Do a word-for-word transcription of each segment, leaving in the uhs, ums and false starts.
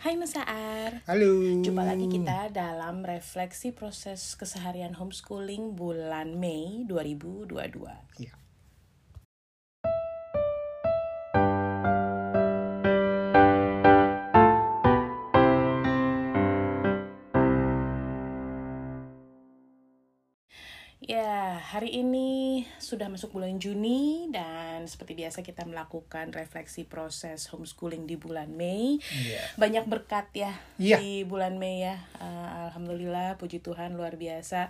Hai Mas Saar. Halo. Jumpa lagi kita dalam refleksi proses keseharian homeschooling bulan Mei dua ribu dua puluh dua. Ya. Ya, hari ini sudah masuk bulan Juni dan seperti biasa kita melakukan refleksi proses homeschooling di bulan Mei. Ya. Banyak berkat ya, Ya. di bulan Mei ya. Uh, Alhamdulillah, puji Tuhan luar biasa.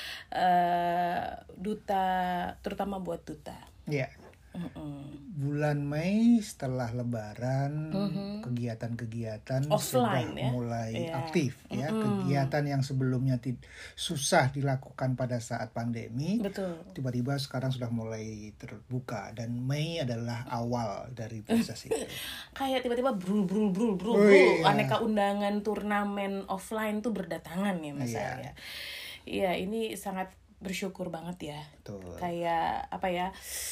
Uh, duta, terutama buat duta. Ya. Mm-mm. Bulan Mei setelah Lebaran, Mm-hmm. kegiatan-kegiatan Offline, sudah ya? mulai Yeah. aktif ya. Mm-hmm. Kegiatan yang sebelumnya t- susah dilakukan pada saat pandemi, Betul. tiba-tiba sekarang sudah mulai terbuka dan Mei adalah awal dari proses itu. Kayak tiba-tiba brul brul brul brul Oh, brul iya. aneka undangan turnamen offline tuh berdatangan ya Mas Iya. Ar, ya. Iya, ini sangat bersyukur banget ya. Betul. Kayak apa ya?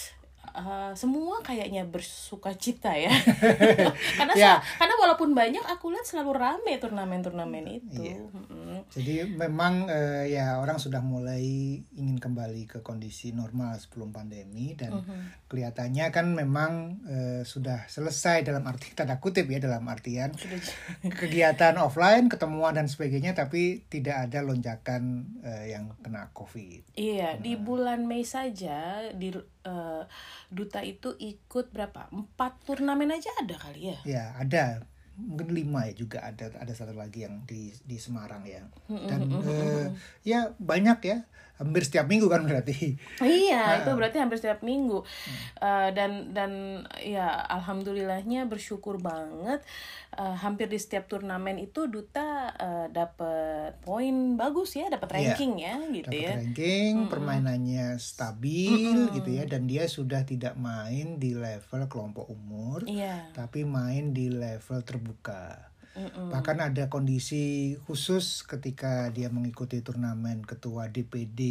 Uh, semua kayaknya bersuka cita ya. karena Ya. sa- karena walaupun banyak aku lihat selalu rame turnamen-turnamen itu. Iya. Mm-mm. Jadi memang eh, ya orang sudah mulai ingin kembali ke kondisi normal sebelum pandemi dan Mhm. kelihatannya kan memang eh, sudah selesai dalam arti tanda kutip ya, dalam artian Sudah kegiatan offline, ketemuan dan sebagainya, tapi tidak ada lonjakan eh, yang kena COVID. Iya, di bulan Mei saja di uh, Duta itu ikut berapa? Empat turnamen aja ada kali ya? Ya ada, mungkin lima ya juga ada ada satu lagi yang di di Semarang ya. Dan eh, ya banyak ya, hampir setiap minggu kan berarti. Iya, itu berarti hampir setiap minggu. Uh, dan dan ya alhamdulillahnya bersyukur banget. Uh, hampir di setiap turnamen itu Duta uh, dapat poin bagus ya, dapat ranking ya, gitu Dapat ya. ranking, permainannya stabil gitu ya, dan dia sudah tidak main di level kelompok umur, Iya. tapi main di level terbuka. Mm-mm. Bahkan ada kondisi khusus ketika dia mengikuti turnamen ketua D P D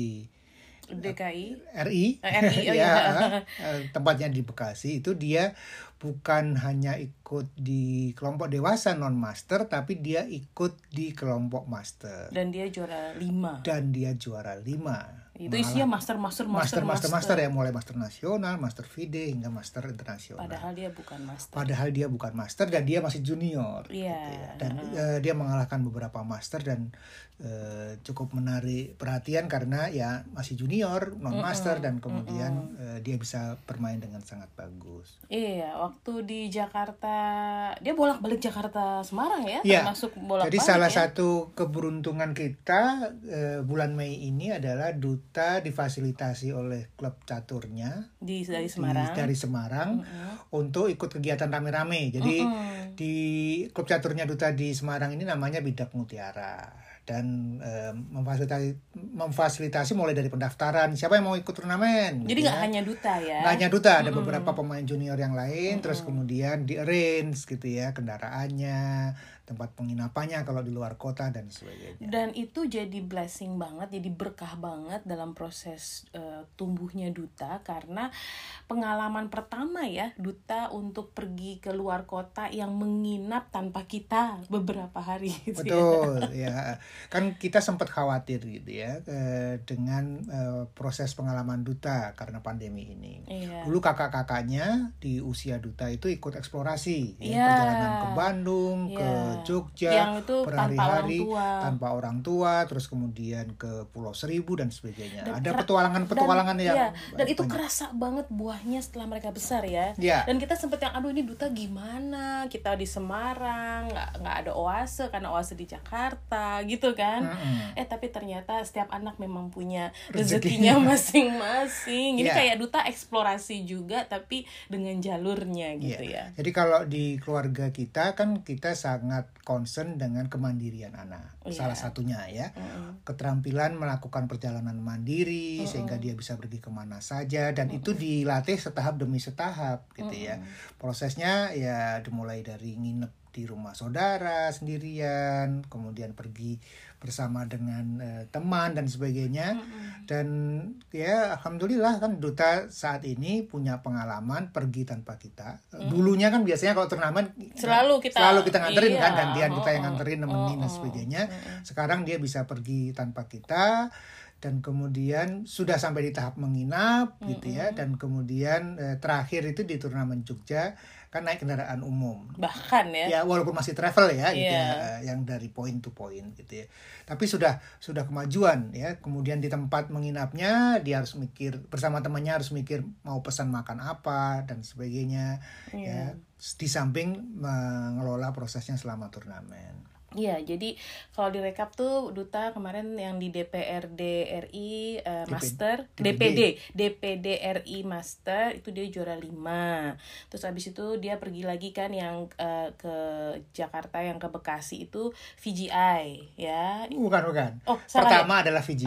D K I. R I, Eh, R I, oh ya, iya. eh, tempatnya di Bekasi, itu dia bukan hanya ikut di kelompok dewasa non master, tapi dia ikut di kelompok master. Dan dia juara lima. Dan dia juara lima. Itu isinya master master master master, master, master ya, mulai master nasional, master V D hingga master internasional. Padahal dia bukan master. Padahal dia bukan master dan dia masih junior. Iya. Gitu ya. Dan uh, dia mengalahkan beberapa master dan uh, cukup menarik perhatian karena ya masih junior, non master, dan kemudian uh, dia bisa bermain dengan sangat bagus. Iya, waktu di Jakarta dia bolak-balik Jakarta Semarang ya, Ya, termasuk bolak-balik. jadi salah ya? satu keberuntungan kita uh, bulan Mei ini adalah Duta difasilitasi oleh klub caturnya di dari di- Semarang. dari Semarang untuk ikut kegiatan rame-rame. Jadi Mm-mm. di klub caturnya Duta di Semarang ini namanya Bidak Mutiara dan eh, memfasilitasi memfasilitasi mulai dari pendaftaran siapa yang mau ikut turnamen. Jadi gitu nggak ya. hanya Duta ya. Nggak hanya Duta, ada beberapa pemain junior yang lain, terus kemudian di arrange gitu ya kendaraannya, tempat penginapannya kalau di luar kota dan sebagainya. Dan itu jadi blessing banget, jadi berkah banget dalam proses uh, tumbuhnya Duta karena pengalaman pertama ya Duta untuk pergi ke luar kota yang menginap tanpa kita beberapa hari gitu ya. Betul ya, kan kita sempat khawatir gitu ya eh, dengan eh, proses pengalaman Duta karena pandemi ini. Iya. Dulu kakak-kakaknya di usia Duta itu ikut eksplorasi, ya, Iya. perjalanan ke Bandung, Iya. ke Jogja, Yang itu berhari-hari tanpa orang tua. tanpa orang tua, terus kemudian ke Pulau Seribu dan sebagainya. Dan Ada kera- petualangan-petualangan dan, yang iya, dan itu banyak. kerasa banget buahnya setelah mereka besar ya. Iya. Dan kita sempet yang aduh ini Duta gimana? Kita di Semarang, nggak nggak ada oase karena oase di Jakarta gitu kan. Mm-mm. Eh tapi ternyata setiap anak memang punya Rezekinya. rezekinya masing-masing. Ini Iya. kayak Duta eksplorasi juga tapi dengan jalurnya gitu Iya. ya. Jadi kalau di keluarga kita kan kita sangat concern dengan kemandirian anak. Iya. Salah satunya ya. Mm-mm. Keterampilan melakukan perjalanan mandiri sehingga dia bisa pergi kemana saja dan itu dilatih setahap demi setahap gitu ya. Prosesnya ya dimulai dari nginep di rumah saudara sendirian, kemudian pergi bersama dengan uh, teman dan sebagainya. Mm-hmm. Dan ya alhamdulillah kan duta saat ini punya pengalaman pergi tanpa kita. Mm-hmm. Dulunya kan biasanya kalau turnamen selalu kita selalu kita nganterin, iya, kan gantian oh, duta yang nganterin, nemenin, oh, dan sebagainya. Mm-hmm. Sekarang dia bisa pergi tanpa kita. Dan kemudian sudah sampai di tahap menginap, mm-hmm, gitu ya. Dan kemudian eh, terakhir itu di turnamen Jogja kan naik kendaraan umum. Bahkan ya. Ya walaupun masih travel ya, yeah, gitu ya, yang dari point to point gitu ya. Tapi sudah sudah kemajuan ya. Kemudian di tempat menginapnya dia harus mikir bersama temannya, harus mikir mau pesan makan apa dan sebagainya. Yeah. Ya. Di samping mengelola prosesnya selama turnamen. Iya, jadi kalau direkap tuh Duta kemarin yang di D P R D R I uh, Master, D P D, D P D R I Master itu dia juara lima. Terus abis itu dia pergi lagi kan yang uh, ke Jakarta, yang ke Bekasi itu V G I ya. Bukan, bukan. Oh, pertama ya? adalah V G I,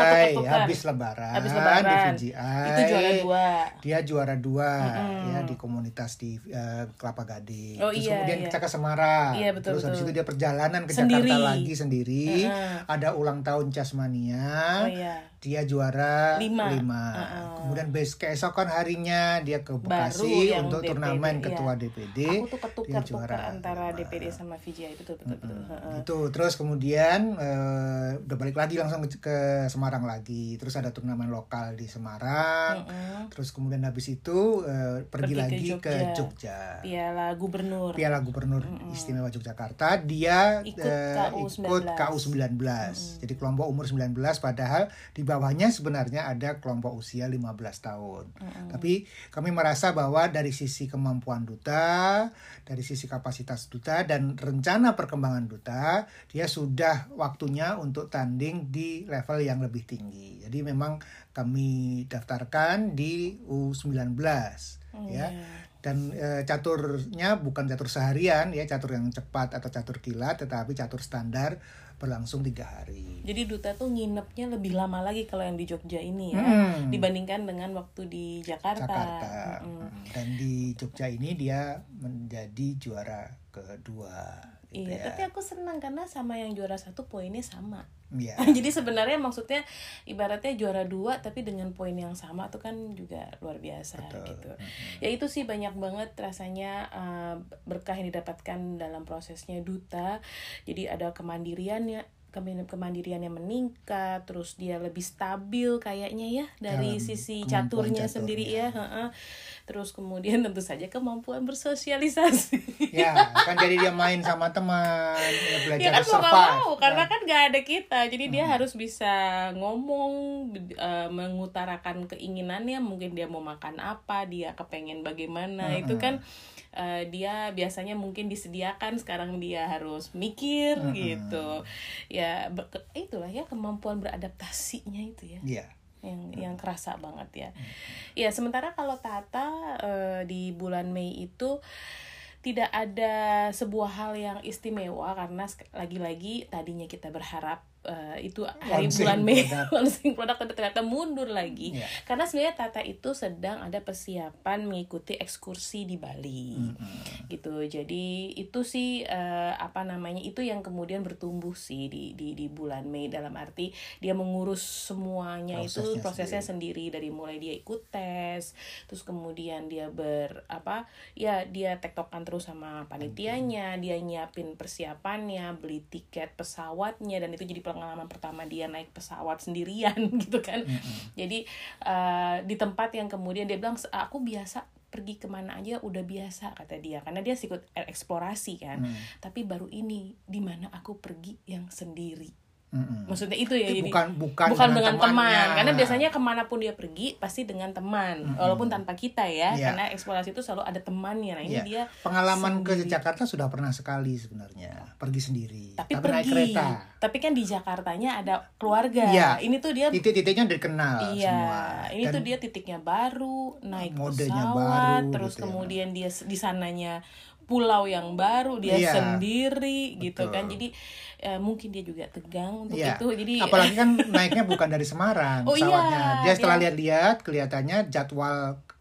ah, habis lebaran, habis lebaran di V G I. Itu juara dua. Dia juara dua, mm-hmm, ya di komunitas di uh, Kelapa Gading. Oh, Terus iya, kemudian iya. kita ke Semarang. Iya, betul, Terus betul. habis itu dia perjalanan ke sendiri. Jakarta lagi sendiri. Uh-huh. Ada ulang tahun Casmania. Oh, iya. Dia juara lima. lima. Uh-uh. Kemudian besok keesokan harinya dia ke Bekasi untuk D P D, turnamen iya. ketua D P D. Aku tuh ketukar-tukar antara lima. D P D sama V G I, betul betul betul. Uh-uh. Itu terus kemudian uh, udah balik lagi langsung ke, ke Semarang lagi. Terus ada turnamen lokal di Semarang. Uh-uh. Terus kemudian habis itu uh, pergi, pergi lagi ke Jogja. ke Jogja. Piala Gubernur. Piala Gubernur uh-uh. Istimewa Yogyakarta. Dia ikut uh, K U sembilan belas. Ikut K U sembilan belas. Uh-uh. Jadi kelompok umur sembilan belas, padahal di bawahnya sebenarnya ada kelompok usia lima belas tahun. Uh-uh. Tapi kami merasa bahwa dari sisi kemampuan duta, dari sisi kapasitas duta dan rencana perkembangan duta, dia sudah waktunya untuk tanding di level yang lebih tinggi. Jadi memang kami daftarkan di U sembilan belas. Oh, ya. Yeah. Dan e, caturnya bukan catur seharian ya, catur yang cepat atau catur kilat, tetapi catur standar berlangsung tiga hari. Jadi duta tuh nginepnya lebih lama lagi kalau yang di Jogja ini ya, hmm. dibandingkan dengan waktu di Jakarta. Jakarta. Hmm. Dan di Jogja ini dia menjadi juara kedua. Gitu iya, ya. tapi aku senang karena sama yang juara satu poinnya sama. Iya. Jadi sebenarnya maksudnya ibaratnya juara dua tapi dengan poin yang sama tuh kan juga luar biasa. Betul. Gitu. Mm-hmm. Ya itu sih banyak banget rasanya uh, berkah yang didapatkan dalam prosesnya duta. Jadi ada kemandiriannya, kemandiriannya meningkat, terus dia lebih stabil kayaknya ya dari dalam sisi caturnya, caturnya sendiri ya. Uh-uh. Terus kemudian tentu saja kemampuan bersosialisasi. Ya, kan jadi dia main sama teman, ya belajar ya kan survive. Mau, karena kan gak ada kita, jadi hmm. dia harus bisa ngomong, uh, mengutarakan keinginannya, mungkin dia mau makan apa, dia kepengen bagaimana, hmm. itu kan uh, dia biasanya mungkin disediakan, sekarang dia harus mikir hmm. gitu. Ya ber- itulah ya kemampuan beradaptasinya itu ya. Iya. yang yang kerasa banget ya. Ya sementara kalau Tata uh, di bulan Mei itu tidak ada sebuah hal yang istimewa karena lagi-lagi tadinya kita berharap uh, itu hari launching bulan Mei launching produk tapi ternyata mundur lagi. Yeah. Karena sebenarnya Tata itu sedang ada persiapan mengikuti ekskursi di Bali. Mm-hmm. Gitu. Jadi itu sih uh, apa namanya? Itu yang kemudian bertumbuh sih di di di bulan Mei, dalam arti dia mengurus semuanya prosesnya itu prosesnya sendiri. sendiri dari mulai dia ikut tes, terus kemudian dia ber apa? Ya dia tektokan terus sama panitianya, dia nyiapin persiapannya, beli tiket pesawatnya, dan itu jadi pengalaman pertama dia naik pesawat sendirian gitu kan. Mm-hmm. Jadi uh, di tempat yang kemudian dia bilang aku biasa pergi kemana aja udah biasa kata dia, karena dia ikut eksplorasi kan. Mm. Tapi baru ini di mana aku pergi yang sendiri. Mm-hmm. Maksudnya itu ya, itu jadi bukan bukan, bukan dengan, dengan teman, karena biasanya kemanapun dia pergi pasti dengan teman, mm-hmm. walaupun tanpa kita ya, yeah. karena eksplorasi itu selalu ada temannya. Nah ini yeah. dia pengalaman sendiri. Ke Jakarta sudah pernah sekali sebenarnya, pergi sendiri, tapi, tapi pergi. naik kereta. Tapi kan di Jakartanya ada keluarga. Yeah. Ini tuh dia titik-titiknya dikenal iya, semua. Ini dan tuh dia titiknya baru, naik modenya pesawat, baru, terus gitu kemudian ya. dia di sananya pulau yang baru, dia yeah. sendiri. Betul. Gitu kan. Jadi ya, mungkin dia juga tegang untuk yeah. itu. Jadi apalagi kan naiknya bukan dari Semarang oh, pesawatnya. Iya, dia setelah dia... lihat-lihat kelihatannya jadwal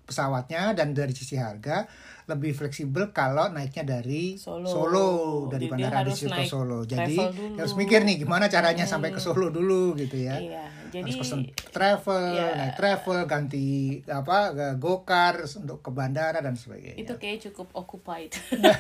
pesawatnya, dan dari sisi harga lebih fleksibel kalau naiknya dari Solo, Solo dari Jadi Bandara harus Adi Sucipto naik Solo. Jadi travel dulu. harus mikir nih gimana caranya Hmm. sampai ke Solo dulu gitu ya. Iya, jadi Harus pesen travel, ya, naik travel, ganti apa go-kart untuk ke bandara dan sebagainya. itu kayak cukup occupied.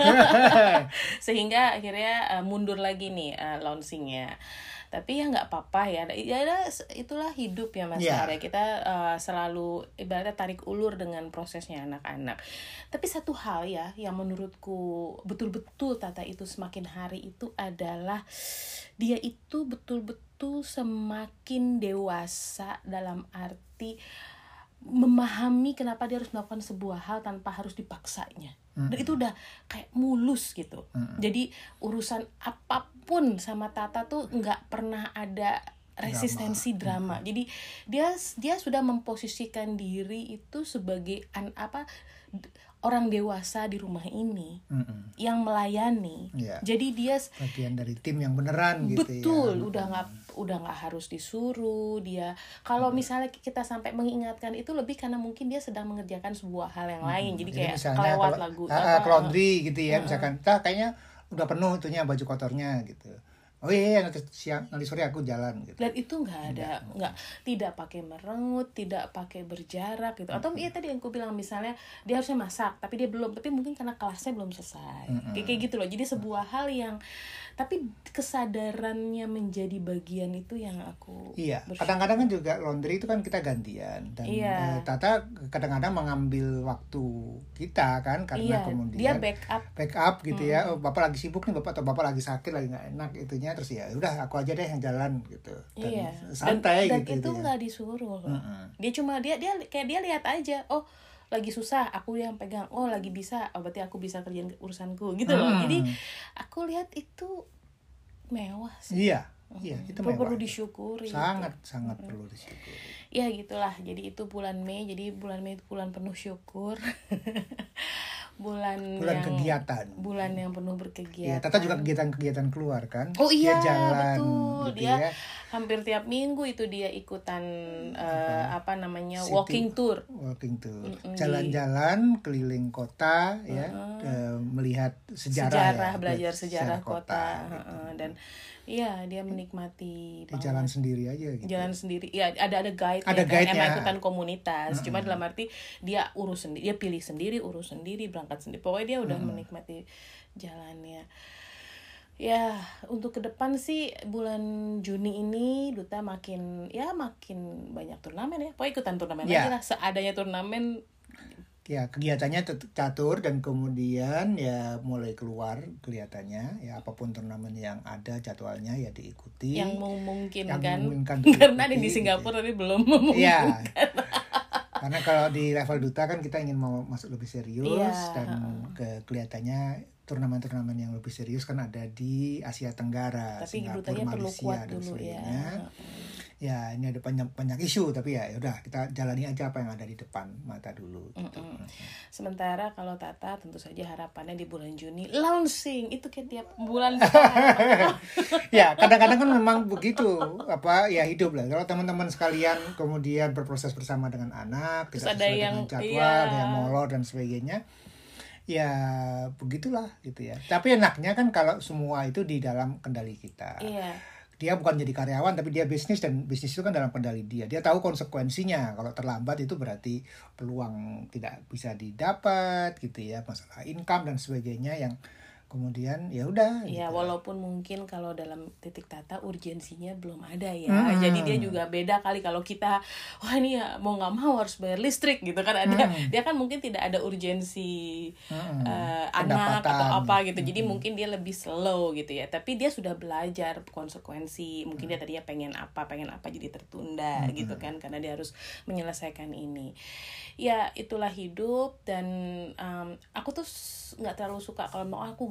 Sehingga akhirnya uh, mundur lagi nih uh, launchingnya. Tapi ya nggak apa-apa ya. Ya itulah hidup ya Mas Yeah. Arya. Kita uh, selalu ibaratnya tarik ulur dengan prosesnya anak-anak. Tapi satu hal ya yang menurutku betul-betul Tata itu semakin hari itu adalah dia itu betul-betul semakin dewasa dalam arti memahami kenapa dia harus melakukan sebuah hal tanpa harus dipaksanya. Dan itu udah kayak mulus gitu. Mm-hmm. Jadi urusan apapun sama Tata tuh nggak pernah ada resistensi drama. drama. Mm-hmm. Jadi dia dia sudah memposisikan diri itu sebagai an, apa orang dewasa di rumah ini, mm-hmm. yang melayani. Yeah. Jadi dia bagian dari tim yang beneran gitu. Betul, ya. udah nggak udah nggak harus disuruh dia. Kalau hmm. misalnya kita sampai mengingatkan itu lebih karena mungkin dia sedang mengerjakan sebuah hal yang lain. Hmm. Jadi, Jadi kayak kelewat kalau, lagu uh, laundry gitu ya, uh, misalkan, "Tah kayaknya udah penuh itunya baju kotornya" gitu. Oh iya, nanti siang, nanti sore aku jalan gitu. Dan itu nggak ada, nggak tidak pakai merengut, tidak pakai berjarak gitu. Atau iya tadi yang aku bilang misalnya dia harusnya masak, tapi dia belum, tapi mungkin karena kelasnya belum selesai. Mm-hmm. Kayak kayak gitu loh. Jadi sebuah hal yang, tapi kesadarannya menjadi bagian itu yang aku. Iya. Bersyukur. Kadang-kadang kan juga laundry itu kan kita gantian dan iya. eh, Tata kadang-kadang mengambil waktu kita kan karena iya, kemudian dia backup, backup gitu mm-hmm. ya. Oh, bapak lagi sibuk nih bapak atau bapak lagi sakit lagi nggak enak itunya. Terus ya udah aku aja deh yang jalan gitu dan iya. santai dan, gitu dan itu nggak ya. disuruh loh. Mm-hmm. Dia cuma dia dia kayak dia lihat aja, oh lagi susah aku yang pegang, oh lagi bisa, oh berarti aku bisa kerjain urusanku gitu loh. Mm. Jadi aku lihat itu mewah sih. Iya iya itu mewah, perlu disyukuri, sangat gitu. sangat mm-hmm. perlu disyukuri ya gitulah. Jadi itu bulan Mei, jadi bulan Mei itu bulan penuh syukur. bulan bulan yang, kegiatan bulan yang penuh berkegiatan. ya, Tata juga kegiatan-kegiatan keluar kan. Oh iya, dia jalan betul gitu dia ya. hampir tiap minggu itu dia ikutan uh, apa, apa namanya City, walking tour walking tour Mm-mm. jalan-jalan keliling kota ya, uh-huh. uh, melihat sejarah, sejarah ya, belajar sejarah, sejarah kota, kota gitu. uh-uh. Dan iya dia menikmati dia jalan sendiri aja gitu. Jalan sendiri. Ya ada ada guide ada ya, guide-nya. Emang ikutan komunitas. Mm-hmm. Cuma dalam arti dia urus sendiri, dia pilih sendiri, urus sendiri, berangkat sendiri. Pokoknya dia udah mm-hmm. menikmati jalannya. Ya, untuk ke depan sih bulan Juni ini Duta makin ya makin banyak turnamen ya. Pokoknya ikutan turnamen yeah. aja lah, seadanya turnamen. Ya kegiatannya catur dan kemudian ya mulai keluar kelihatannya ya apapun turnamen yang ada jadwalnya ya diikuti yang memungkinkan, yang memungkinkan karena di Singapura tapi belum memungkinkan ya. Karena kalau di level duta kan kita ingin mau masuk lebih serius ya. Dan ke, kelihatannya turnamen-turnamen yang lebih serius kan ada di Asia Tenggara, tapi Singapura, Malaysia dan sebagainya. Ya ini ada banyak banyak isu tapi ya udah kita jalani aja apa yang ada di depan mata dulu. Gitu. Sementara kalau Tata tentu saja harapannya di bulan Juni launching itu kayak tiap bulan. Ya kadang-kadang kan memang begitu apa ya hidup lah. Kalau teman-teman sekalian kemudian berproses bersama dengan anak, terus tidak ada sesuai yang dengan jadwal, iya. ada yang molor dan sebagainya. Ya begitulah gitu ya. Tapi enaknya kan kalau semua itu di dalam kendali kita. Iya. Dia bukan jadi karyawan tapi dia bisnis dan bisnis itu kan dalam kendali dia. Dia tahu konsekuensinya. Kalau terlambat itu berarti peluang tidak bisa didapat gitu ya, masalah income dan sebagainya yang kemudian ya udah ya gitu. Walaupun mungkin kalau dalam titik Tata urgensinya belum ada ya. Hmm. Jadi dia juga beda kali kalau kita wah ini ya mau nggak mau harus bayar listrik gitu kan ada. Hmm. Dia kan mungkin tidak ada urgensi hmm. uh, anak atau apa gitu. Jadi hmm. mungkin dia lebih slow gitu ya. Tapi dia sudah belajar konsekuensi. Mungkin hmm. dia tadinya pengen apa pengen apa jadi tertunda hmm. gitu kan karena dia harus menyelesaikan ini. Ya itulah hidup dan um, aku tuh nggak terlalu suka kalau mau aku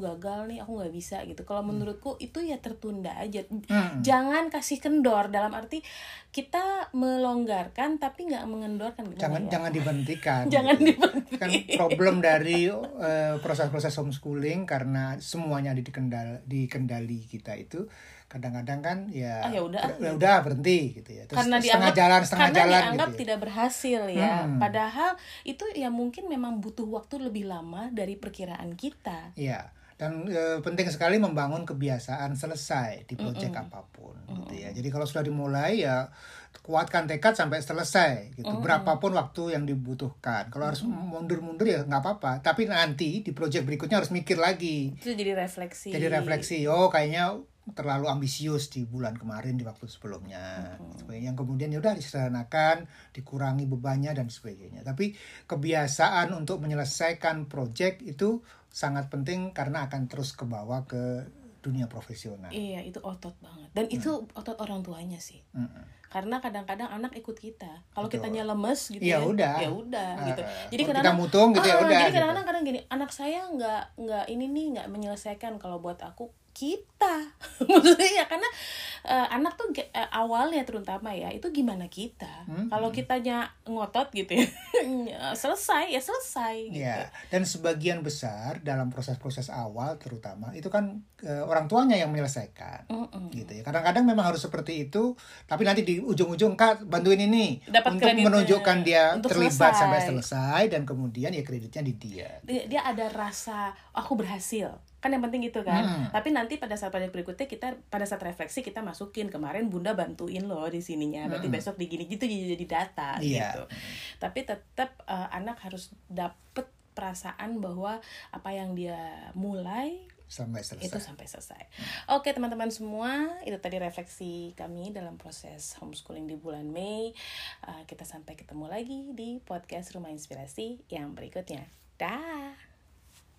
gagal nih, aku nggak bisa gitu. Kalau menurutku itu ya tertunda aja. Hmm. Jangan kasih kendor, dalam arti kita melonggarkan tapi nggak mengendorkan. Jangan ya? jangan diberhentikan. Jangan gitu. diberhentikan. Kan problem dari uh, proses-proses homeschooling karena semuanya dikendal dikendali kita itu kadang-kadang kan ya ah, ya udah ber, ya udah berhenti gitu ya. Terus karena setengah dianggap, jalan setengah karena jalan dianggap gitu ya. tidak berhasil ya. Hmm. Padahal itu ya mungkin memang butuh waktu lebih lama dari perkiraan kita. Iya. Dan e, penting sekali membangun kebiasaan selesai di proyek Mm-mm. apapun Mm-mm. gitu ya. Jadi kalau sudah dimulai ya kuatkan tekad sampai selesai gitu. Mm-mm. Berapapun waktu yang dibutuhkan. Kalau harus mundur-mundur ya nggak apa-apa. Tapi nanti di proyek berikutnya harus mikir lagi. Itu jadi refleksi. Jadi refleksi. Oh kayaknya terlalu ambisius di bulan kemarin, di waktu sebelumnya. Mm-hmm. Yang kemudian ya udah disederhanakan, dikurangi bebannya dan sebagainya. Tapi kebiasaan untuk menyelesaikan proyek itu sangat penting karena akan terus ke bawah ke dunia profesional. Iya, itu otot banget. Dan itu hmm. otot orang tuanya sih. Hmm. Karena kadang-kadang anak ikut kita. Kalau kitanya lemes gitu ya, ya, udah. ya udah uh, gitu. Jadi kadang kita mutung gitu ah, ya udah. Jadi kadang-kadang gitu. Kadang gini, anak saya nggak nggak ini nih nggak menyelesaikan. Kalau buat aku kita maksudnya ya karena uh, anak tuh uh, awalnya terutama ya itu gimana kita hmm, kalau kitanya ngotot gitu ya selesai ya selesai gitu. Ya, dan sebagian besar dalam proses-proses awal terutama itu kan uh, orang tuanya yang menyelesaikan Mm-mm. gitu ya. Kadang-kadang memang harus seperti itu, tapi nanti di ujung-ujung Kak bantuin ini dapat untuk menunjukkan dia untuk terlibat selesai. Sampai selesai dan kemudian ya kreditnya di dia. Dia, dia ada rasa aku berhasil. Kan yang penting gitu kan. Hmm. Tapi nanti pada saat proyek berikutnya kita pada saat refleksi kita masukin kemarin Bunda bantuin loh di sininya. Berarti hmm. besok di gini gitu jadi data yeah. gitu. Tapi tetap uh, anak harus dapet perasaan bahwa apa yang dia mulai sampai selesai. Itu sampai selesai. Hmm. Oke, teman-teman semua, itu tadi refleksi kami dalam proses homeschooling di bulan Mei. Uh, kita sampai ketemu lagi di podcast Rumah Inspirasi yang berikutnya. Dah.